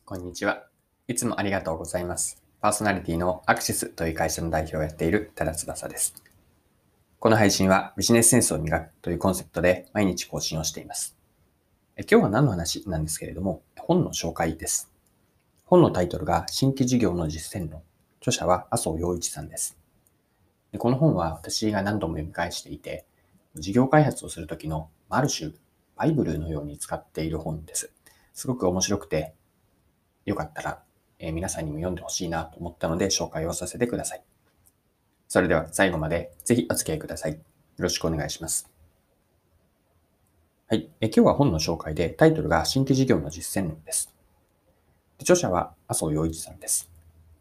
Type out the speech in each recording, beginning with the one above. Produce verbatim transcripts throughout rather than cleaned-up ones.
こんにちは。いつもありがとうございます。パーソナリティのアクシスという会社の代表をやっている多田翼です。この配信はビジネスセンスを磨くというコンセプトで毎日更新をしています。え今日は何の話なんですけれども、本の紹介です。本のタイトルが新規事業の実践論。著者は麻生洋一さんです。でこの本は私が何度も読み返していて、事業開発をするときのある種バイブルのように使っている本です。すごく面白くて、よかったら、えー皆さんにも読んでほしいなと思ったので紹介をさせてください。それでは最後までぜひお付き合いください。よろしくお願いします。はい。え今日は本の紹介でタイトルが新規事業の実践論です。で著者は麻生洋一さんです。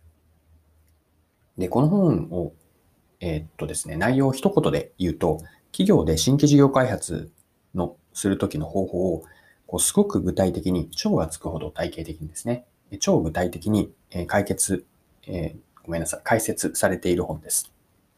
で、この本を、えーっとですね、内容を一言で言うと、企業で新規事業開発のするときの方法をこうすごく具体的に、超がつくほど体系的にですね、超具体的にえー解決、えーごめんなさい、解説されている本です。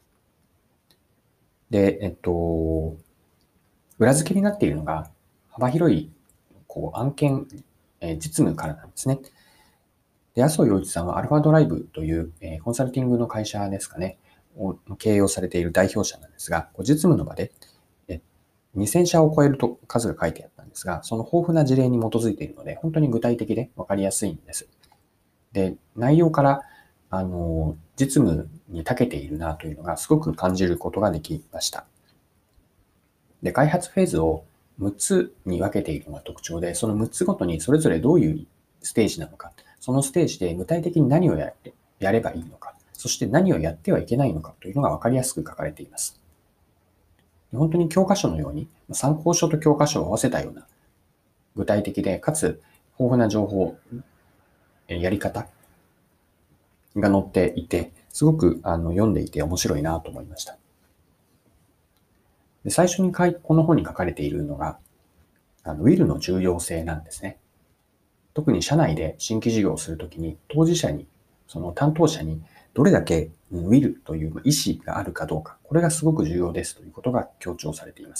で、えっと、裏付けになっているのが幅広いこう案件、えー実務からなんですね。で、麻生洋一さんはアルファドライブという、えーコンサルティングの会社ですかね、を経営をされている代表者なんですが、こう実務の場でえにせん社を超えると数が書いてあったんですが、その豊富な事例に基づいているので、本当に具体的で分かりやすいんです。で、内容から、あの、実務に長けているなというのがすごく感じることができました。で、開発フェーズをむっつに分けているのが特徴で、そのむっつごとにそれぞれどういうステージなのか、そのステージで具体的に何をやれやればいいのか、そして何をやってはいけないのかというのが分かりやすく書かれています。本当に教科書のように、参考書と教科書を合わせたような具体的で、かつ豊富な情報、やり方が載っていて、すごくあの読んでいて面白いなと思いました。で最初にこの本に書かれているのが、あのウィルの重要性なんですね。特に社内で新規事業をするときに、当事者に、その担当者にどれだけウィルという意思があるかどうか、これがすごく重要ですということが強調されています。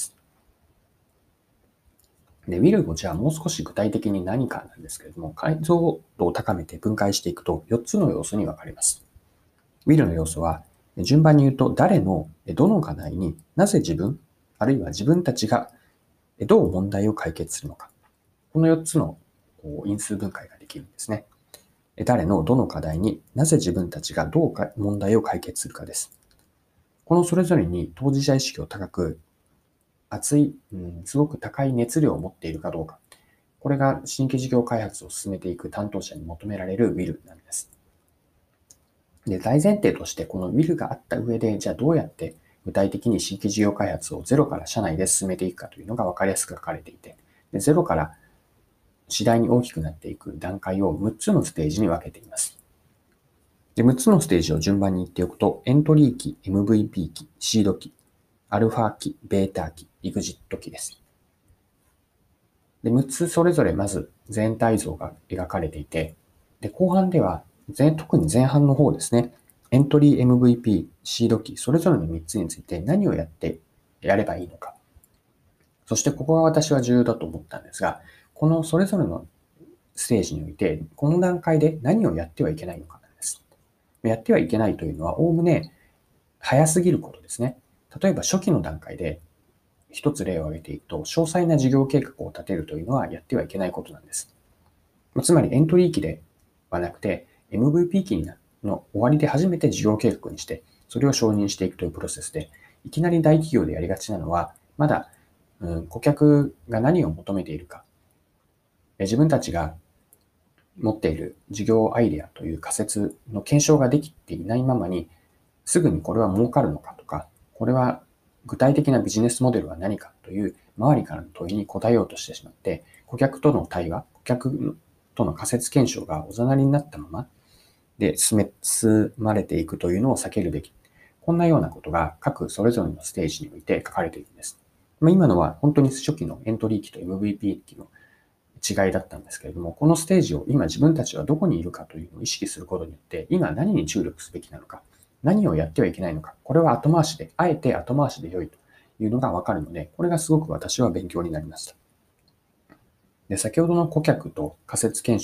で、ウィルをじゃあもう少し具体的に何かなんですけれども、解像度を高めて分解していくとよっつの要素に分かれます。ウィルの要素は、順番に言うと、誰のどの課題になぜ自分、あるいは自分たちがどう問題を解決するのか。このよっつの因数分解ができるんですね。誰のどの課題になぜ自分たちがどう問題を解決するかです。このそれぞれに当事者意識を高く、熱い、うん、すごく高い熱量を持っているかどうか。これが新規事業開発を進めていく担当者に求められるウィルなんです。で、大前提としてこのウィルがあった上で、じゃあどうやって具体的に新規事業開発をゼロから社内で進めていくかというのが分かりやすく書かれていて、でゼロから次第に大きくなっていく段階をむっつのステージに分けています。でむっつのステージを順番に言っておくと、エントリー期、エムブイピー 期、シード期、アルファ期、ベータ期、エグジット期です。でむっつそれぞれまず全体像が描かれていて、で後半では前特に前半の方ですね、エントリー エムブイピー、シード期、それぞれのみっつについて何をやってやればいいのか。そしてここが私は重要だと思ったんですが、このそれぞれのステージにおいて、この段階で何をやってはいけないのかなんです。やってはいけないというのは、おおむね早すぎることですね。例えば初期の段階で一つ例を挙げていくと、詳細な事業計画を立てるというのはやってはいけないことなんです。つまりエントリー期ではなくて、エムブイピー 期の終わりで初めて事業計画にして、それを承認していくというプロセスで、いきなり大企業でやりがちなのは、まだ、うん、顧客が何を求めているか、自分たちが持っている事業アイデアという仮説の検証ができていないままに、すぐにこれは儲かるのかとか、これは具体的なビジネスモデルは何かという周りからの問いに答えようとしてしまって、顧客との対話、顧客との仮説検証がおざなりになったままで進め、進まれていくというのを避けるべき。こんなようなことが各それぞれのステージにおいて書かれているんです。今のは本当に初期のエントリー期と エムブイピー 期の違いだったんですけれども、このステージを今自分たちはどこにいるかというのを意識することによって、今何に注力すべきなのか、何をやってはいけないのか、これは後回しで、あえて後回しで良いというのがわかるので、これがすごく私は勉強になりました。で、先ほどの顧客と仮説検証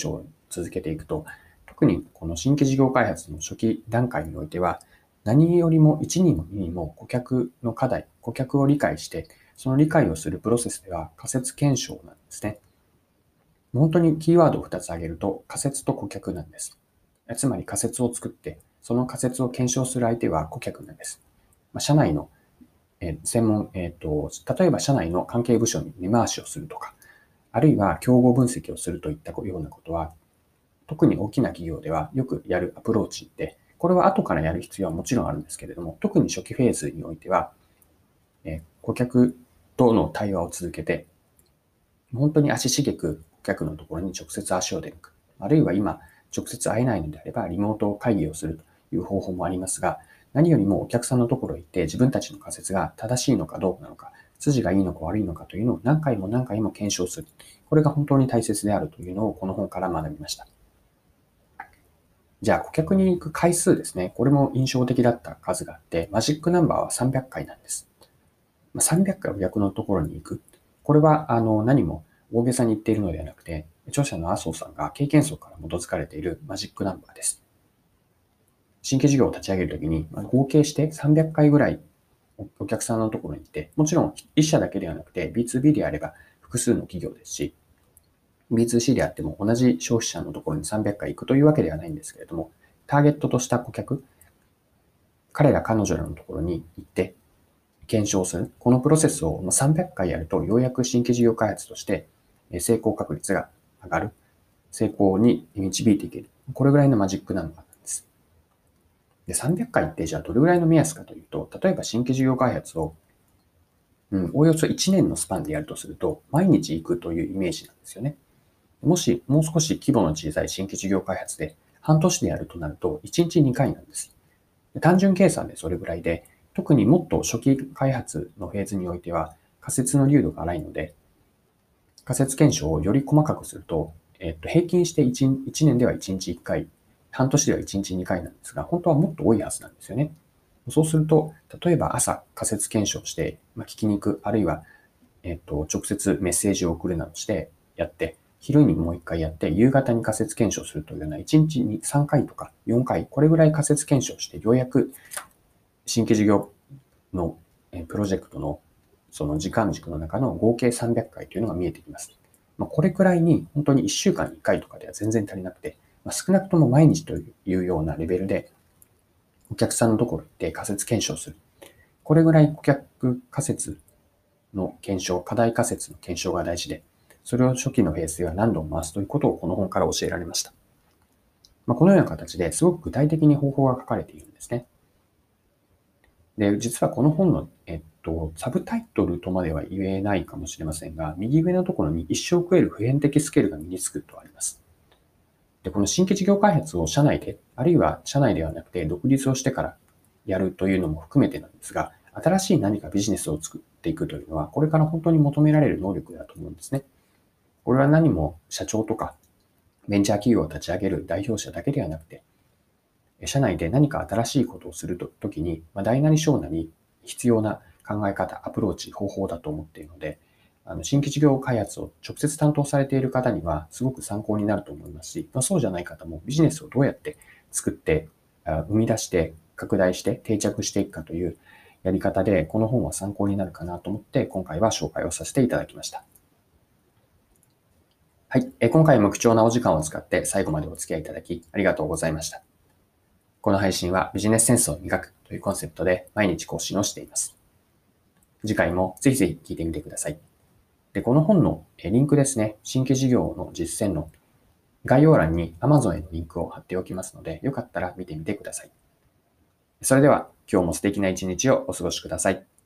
続けていくと、特にこの新規事業開発の初期段階においては、何よりもいちにもににも顧客の課題、顧客を理解して、その理解をするプロセスでは仮説検証なんですね。本当にキーワードをふたつ挙げると、仮説と顧客なんです。つまり仮説を作って、その仮説を検証する相手は顧客なんです。社内の専門、えっと、例えば社内の関係部署に根回しをするとか、あるいは競合分析をするといったようなことは、特に大きな企業ではよくやるアプローチで、これは後からやる必要はもちろんあるんですけれども、特に初期フェーズにおいては、え顧客との対話を続けて、本当に足しげく顧客のところに直接足を出る。あるいは今、直接会えないのであれば、リモート会議をするという方法もありますが、何よりもお客さんのところに行って自分たちの仮説が正しいのかどうなのか、筋がいいのか悪いのかというのを何回も何回も検証する。これが本当に大切であるというのをこの本から学びました。じゃあ顧客に行く回数ですね。これも印象的だった数があって、マジックナンバーはさんびゃっかいなんです。さんびゃっかいお客のところに行く。これはあの何も大げさに言っているのではなくて、著者の麻生さんが経験則から基づかれているマジックナンバーです。新規事業を立ち上げるときに、合計してさんびゃっかいぐらいお客さんのところに行って、もちろんいっ社だけではなくて ビーツービー であれば複数の企業ですし、ビーツーシー であっても同じ消費者のところにさんびゃっかい行くというわけではないんですけれども、ターゲットとした顧客、彼ら彼女らのところに行って検証する。このプロセスをさんびゃっかいやると、ようやく新規事業開発として成功確率が上がる。成功に導いていける。これぐらいのマジックナンバーなんです。で、さんびゃっかいってじゃあどれぐらいの目安かというと、例えば新規事業開発を、うん、おおよそいちねんのスパンでやるとすると、毎日行くというイメージなんですよね。もし、もう少し規模の小さい新規事業開発で半年でやるとなると、いちにちにかいなんです。単純計算でそれぐらいで、特にもっと初期開発のフェーズにおいては仮説の流度が荒いので、仮説検証をより細かくすると、えっと、平均して 1, いちねんではいちにちいっかい、半年ではいちにちにかいなんですが、本当はもっと多いはずなんですよね。そうすると、例えば朝仮説検証して、まあ、聞きに行く、あるいは、えっと、直接メッセージを送るなどしてやって、昼にもういっかいやって、夕方に仮説検証するというような、いちにちにさんかいとかよんかい、これぐらい仮説検証して、ようやく新規事業のプロジェクトのその時間軸の中の合計さんびゃっかいというのが見えてきます。まあ、これくらいに本当にいっしゅうかんにいっかいとかでは全然足りなくて、まあ、少なくとも毎日というようなレベルでお客さんのところに行って仮説検証する。これぐらい顧客仮説の検証、課題仮説の検証が大事で、それを初期のフェーズでは何度も回すということをこの本から教えられました。まあ、このような形ですごく具体的に方法が書かれているんですね。で、実はこの本の、えっと、サブタイトルとまでは言えないかもしれませんが、右上のところに一生食える普遍的スキルが身につくとあります。で、この新規事業開発を社内で、あるいは社内ではなくて独立をしてからやるというのも含めてなんですが、新しい何かビジネスを作っていくというのは、これから本当に求められる能力だと思うんですね。これは何も社長とかベンチャー企業を立ち上げる代表者だけではなくて、社内で何か新しいことをするときに、まあ、大なり小なり必要な考え方、アプローチ、方法だと思っているので、あの新規事業開発を直接担当されている方にはすごく参考になると思いますし、まあ、そうじゃない方もビジネスをどうやって作って、生み出して、拡大して定着していくかというやり方で、この本は参考になるかなと思って、今回は紹介をさせていただきました。はい。今回も貴重なお時間を使って最後までお付き合いいただきありがとうございました。この配信はビジネスセンスを磨くというコンセプトで毎日更新をしています。次回もぜひぜひ聞いてみてください。で、この本のリンクですね、新規事業の実践の概要欄に Amazon へのリンクを貼っておきますので、よかったら見てみてください。それでは今日も素敵な一日をお過ごしください。